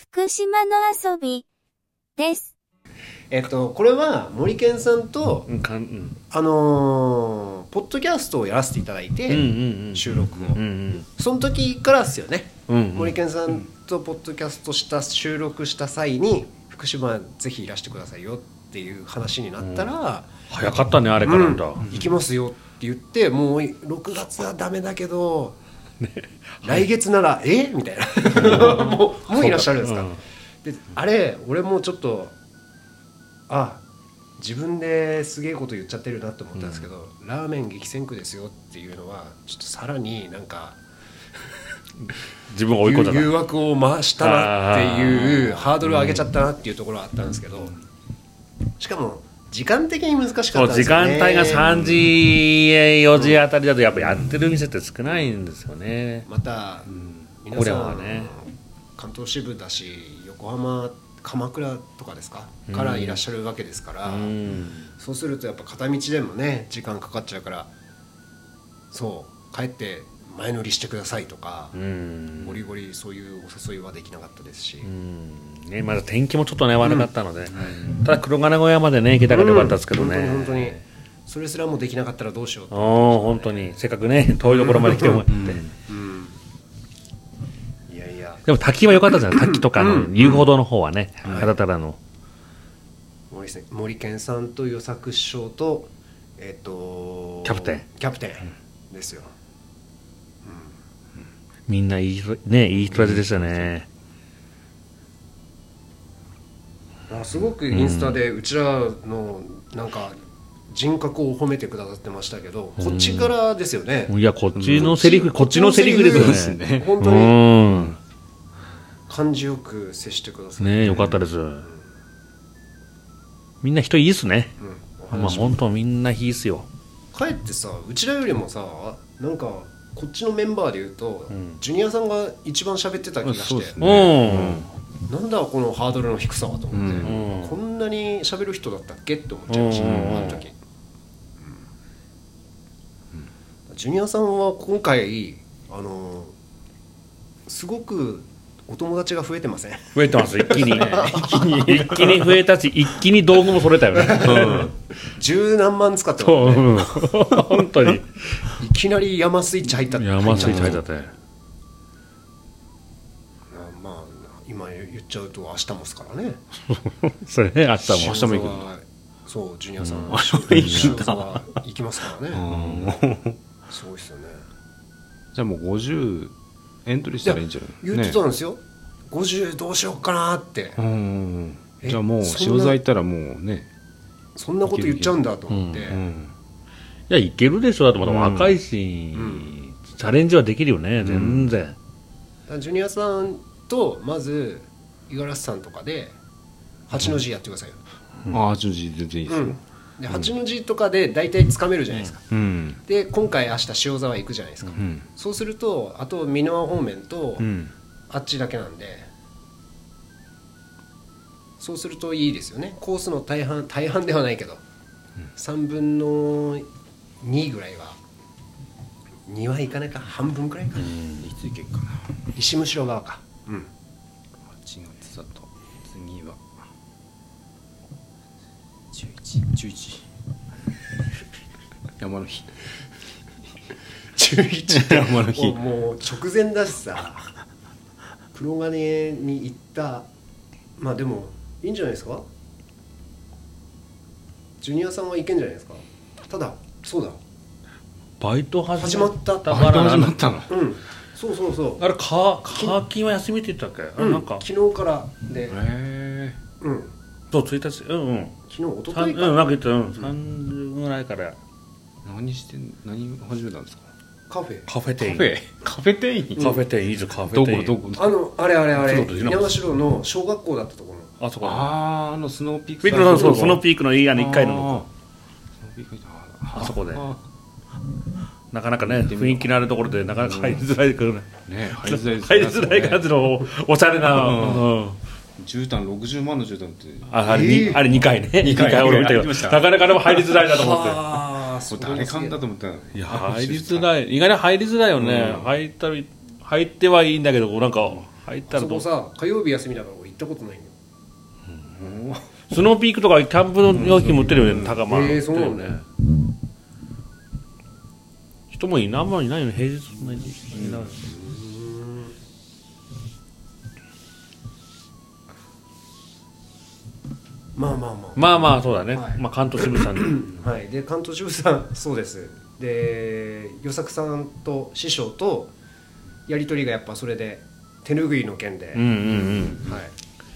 福島の遊びです。 これは森健さんと、ポッドキャストをやらせていただいて、収録を、その時からですよね、森健さんとポッドキャストした収録した際に福島ぜひいらしてくださいよっていう話になったら、 早かったねあれからだ、 行きますよって言って、もう6月はダメだけど、来月ならみたいなもういらっしゃるんですか、であれ俺もちょっと自分ですげえこと言っちゃってるなと思ったんですけど、ラーメン激戦区ですよっていうのはちょっとさらになんか自分を追い込んだな、 誘惑を増したなっていうハードルを上げちゃったなっていうところはあったんですけど、しかも時間的に難しかったんですよね。 時間帯が3時4時あたりだとやっぱやってる店って少ないんですよね。 また、皆さん、関東支部だし横浜鎌倉とかですか、からいらっしゃるわけですから、そうするとやっぱ片道でもね時間かかっちゃうから、そう帰って前乗りしてくださいとか、ゴリゴリそういうお誘いはできなかったですし、 まだ天気もちょっとね悪かったので、ただ黒金小屋までね行けたからよかったですけどね、 本当にそれすらもできなかったらどうしようと、 本当にせっかくね遠いところまで来てもらって、 いやいや、 でも滝は良かったじゃない、滝とかの遊歩道の方はね、ただただの森健さんと与作師匠とキャプテンですよ。 みんないい人たちでしたね。 すごくインスタでうちらのなんか人格を褒めてくださってましたけど、こっちからですよね。 いやこっちのセリフですね。 本当に感じよく接してくださってね、よかったです。みんな人いいっすね。本当みんないいっすよ。 かえってさ、うちらよりもさ、なんかこっちのメンバーでいうと、ジュニアさんが一番喋ってた気がして、なんだこのハードルの低さはと思って、こんなに喋る人だったっけって思っちゃいました、あの時。ジュニアさんは今回すごくお友達が増えてません？ 増えてます、一気に一気に増えたし、一気に道具も揃えたよね。 十何万使ってますね。 本当にいきなり山スイッチ入ったって。 山スイッチ入ったって。 まあ今言っちゃうと明日もですからね。 それね、明日も行く。そうジュニアさんは行きますからね。すごいですよね。 じゃあもう50エントリーしたらいいんじゃない？ 言ってたんですよ、50どうしようかなって。 じゃあもう塩座行ったらもうね、 そんなこと言っちゃうんだと思って、いやいけるでしょ、だってまだ若いし、チャレンジはできるよね、全然。 ジュニアさんとまず五十嵐さんとかで8の字やってくださいよ。 8の字全然いいですよ。 で8の字とかで大体つかめるじゃないですか、で今回明日塩沢行くじゃないですか、そうするとあと箕輪方面とあっちだけなんで、そうするといいですよね。コースの大半ではないけど、3分の2ぐらいは、2はいかないか、半分くらいか、 いつ行けるかな。 石むしろ側か。 8月だと次は11山の日 11って山の日もう直前だしさ、黒金に行った。まあでもいいんじゃないですか、ジュニアさんは行けんじゃないですか。ただそうだ、 バイト始まったからバイト始まったの。 そうあれ課金は休みって言ったっけ、なんか昨日からで、 そう1日、昨日一昨日かなんか言った、30ぐらいから。 何始めたんですか？ カフェ店員。 カフェ店員いいぞ、カフェ店員。 どこあれ猪苗代の小学校だったところ。 あそこ。 スノーピーク。 そうスノーピークの1階の。あそこで。なかなかね、雰囲気のあるところでなかなか入りづらいからね。入りづらい感じのおしゃれな。 絨毯60万の絨毯って。 あれ2階ね。2階俺見たけど、なかなかでも入りづらいなと思って。 誰勘だと思ったら、いや入りづらい、意外に入りづらいよね。入ってはいいんだけど、なんか入ったらそこさ火曜日休みだから俺行ったことないんよ。 スノーピークとかキャンプの用品も売ってるよね、高間そうなのね。 人もあんまりいないよね、平日そんなにいない。 まあまあまあまあまあそうだね、 はい、 まあ関東支部さんはいで関東支部さんそうです。で与作さんと師匠とやり取りがやっぱそれで手ぬぐいの件で、 うんうんうん、 はい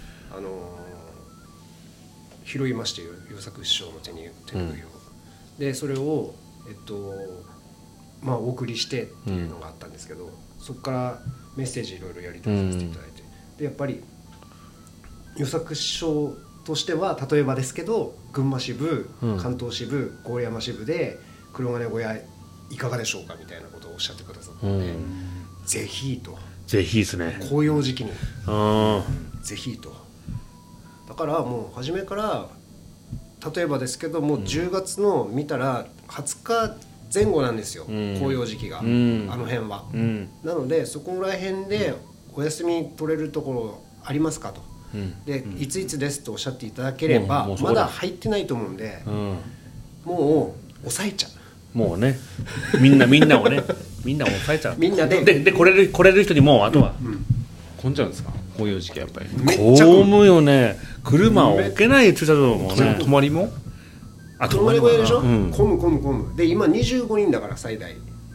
拾いまして与作師匠の手ぬぐいを、でそれをまあお送りしてっていうのがあったんですけど、そこからメッセージいろいろやり取りさせていただいて、でやっぱり与作師匠としては例えばですけど群馬支部、関東支部、郡山支部で黒金小屋いかがでしょうかみたいなことをおっしゃってくださったので、ぜひと、 ぜひですね、 紅葉時期にぜひと、だからもう初めから例えばですけどもう10月の見たら20日前後なんですよ、紅葉時期が、あの辺は、なのでそこら辺でお休み取れるところありますかと、でいついつですとおっしゃっていただければ、まだ入ってないと思うんで、もう抑えちゃう、 もうねみんなをねみんなを抑えちゃう、 みんなで来れる人にもうあとは、 混んじゃうんですか、紅葉時期やっぱり。 混むよね、車を置けない駐車場もね、 泊まりも泊まり小屋でしょ、混むで今25人だから最大、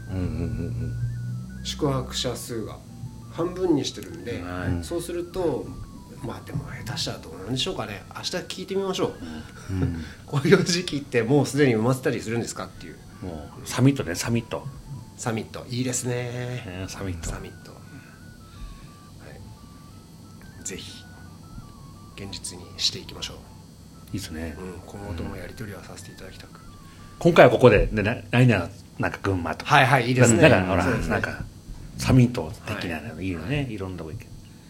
宿泊者数が半分にしてるんで、そうするとまあでも下手したらどうなんでしょうかね、明日聞いてみましょう、紅葉時期ってもうすでに埋まってたりするんですかっていう。 もうサミットね、サミットいいですね、 サミット、はい、 ぜひ現実にしていきましょう。 いいですね、 今後ともやり取りはさせていただきたく、 今回はここで来年はなんか群馬とか、 はいいいですね、 だからほら、なんかサミット的なのいいよね、いろんなとこ行ける。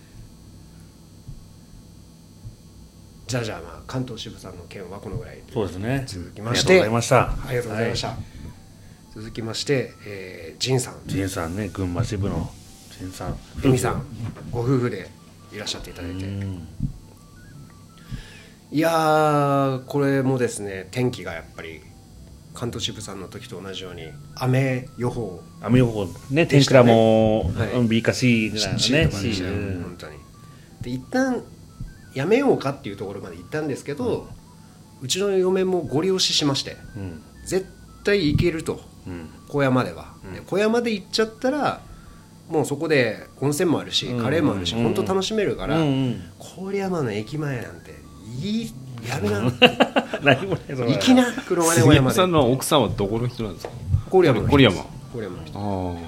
じゃあまあ関東支部さんの件はこのぐらい。 そうですね。 続きまして、 ありがとうございました。 ありがとうございました。続きまして、仁さんね、群馬支部の仁さん、 由美さん、ご夫婦でいらっしゃっていただいて、いやーこれもですね、天気がやっぱり関東支部さんの時と同じように雨予報ね、天ぷらも B か C なのね、 C とかでしたよ、本当に。で一旦やめようかっていうところまで行ったんですけど、うちの嫁もご利用ししまして、絶対行けると、小山では、で小山で行っちゃったらもうそこで温泉もあるし、カレーもあるし、本当楽しめるから、郡山の駅前なんてやめな行きな、黒金小山で。 杉山さんの奥さんはどこの人なんですか？ 郡山の人。 郡山の人。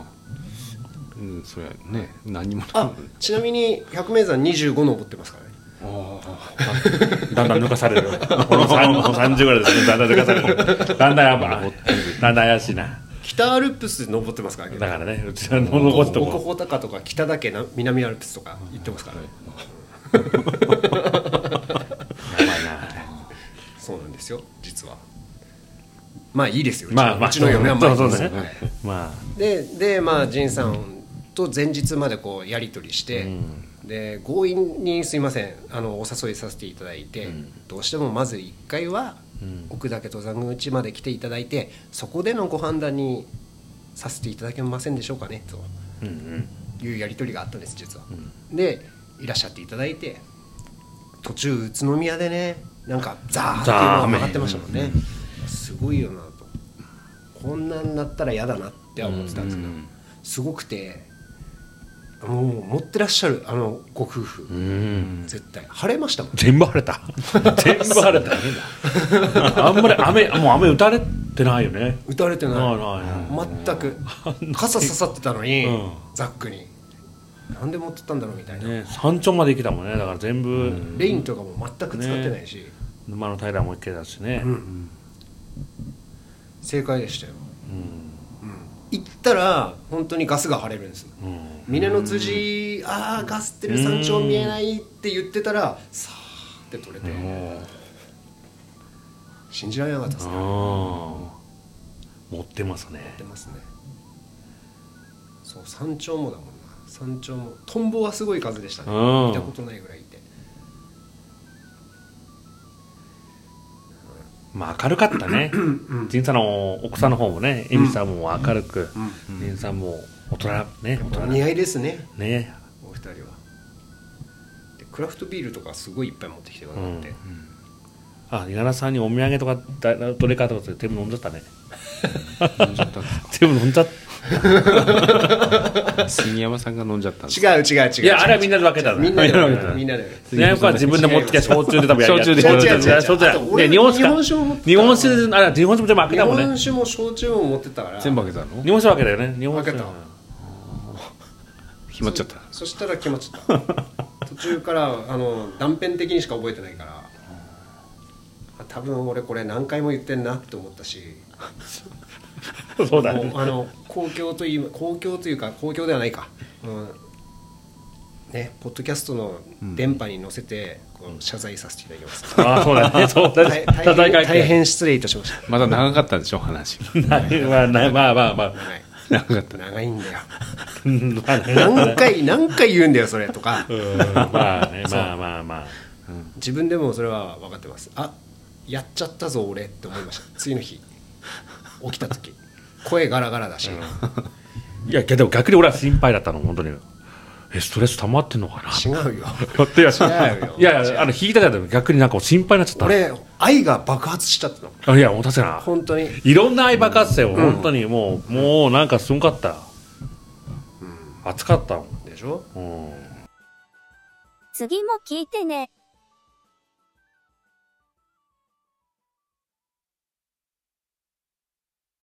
それね、何もない。ちなみに百名山25登ってますからね。 だんだん抜かされる。もう30ぐらいですね。だんだん抜かされる。だんだん怪しいな。 北アルプス登ってますからね。 だからね、うちの残すとこ。 奥穂高とか北岳南アルプスとか行ってますからね。 やばいな。 そうなんですよ、実は。まあいいですよ。 まあうちの嫁はまあいいですよ。でまあ仁さんと前日までこうやり取りして。で強引にすいませんお誘いさせていただいて、どうしてもまず1回は奥岳登山口まで来ていただいて、そこでのご判断にさせていただけませんでしょうかねというやり取りがあったんです、実は。でいらっしゃっていただいて、途中宇都宮でね、なんかザーっていうのが曲がってましたもんね。すごいよなと、こんなんなったら嫌だなって思ってたんですけど、すごくて、もう持ってらっしゃるご夫婦、絶対晴れましたもん。 全部晴れたあんまり雨打たれてないよね。 打たれてない、全く傘刺さってたのに、ザックになんで持ってったんだろうみたいな、 山頂まで行けたもんね。だから全部レインとかも全く使ってないし、 沼の平も行けたしね、 正解でしたよ。行ったら本当にガスが晴れるんです。峰の辻、ガスってる、山頂見えないって言ってたらさーって取れて、信じられなかったですね。 持ってますね。 そう、山頂もだもんな。 山頂もトンボはすごい数でしたね、見たことないぐらいいて、 まあ明るかったね。仁さんの奥さんの方もね、エミさんも明るく、仁さんも大人ね、 お似合いですね、 ね、 お二人は。でクラフトビールとかすごいいっぱい持ってきてもらって、 あ、稲田さんにお土産とかどれかとか全部飲んじゃったね。 飲んじゃったんですか。 全部飲んじゃった。 杉山さんが飲んじゃったんです。 違う。 いや、あれはみんなで分けたの。 みんなで分けた。みんなで。 杉山君は自分で持ってきた焼酎で多分やる。 焼酎で焼酎。日本酒日本酒も全部開けたもんね。 日本酒も焼酎も持ってたから。 全部開けたの？ 日本酒分けたよね。日本酒分けた。 決まっちゃった。 そしたら決まっちゃった。途中から断片的にしか覚えてないから。多分俺これ何回も言ってんなって思ったし。 そうだね。 公共というか公共ではないか、ね、ポッドキャストの電波に乗せて謝罪させていただきます。 ああ、そうだね。そうだね。 大変失礼いたしました。 まだ長かったでしょ話。 まあまあ長かった。 長いんだよ。何回言うんだよそれとか。 まあね、まあ。 自分でもそれは分かってます。あ、やっちゃったぞ俺って思いました。次の日起きた時声ガラガラだし、 いやでも逆に俺は心配だったの本当に。ストレス溜まってんのかな。 違うよ。 いや引いたから逆になんか心配になっちゃった。 俺愛が爆発しちゃったの。 いやもう確かに本当にいろんな愛爆発したよ、本当にもうなんかすごかった、熱かったもんでしょ。 次も聞いてね。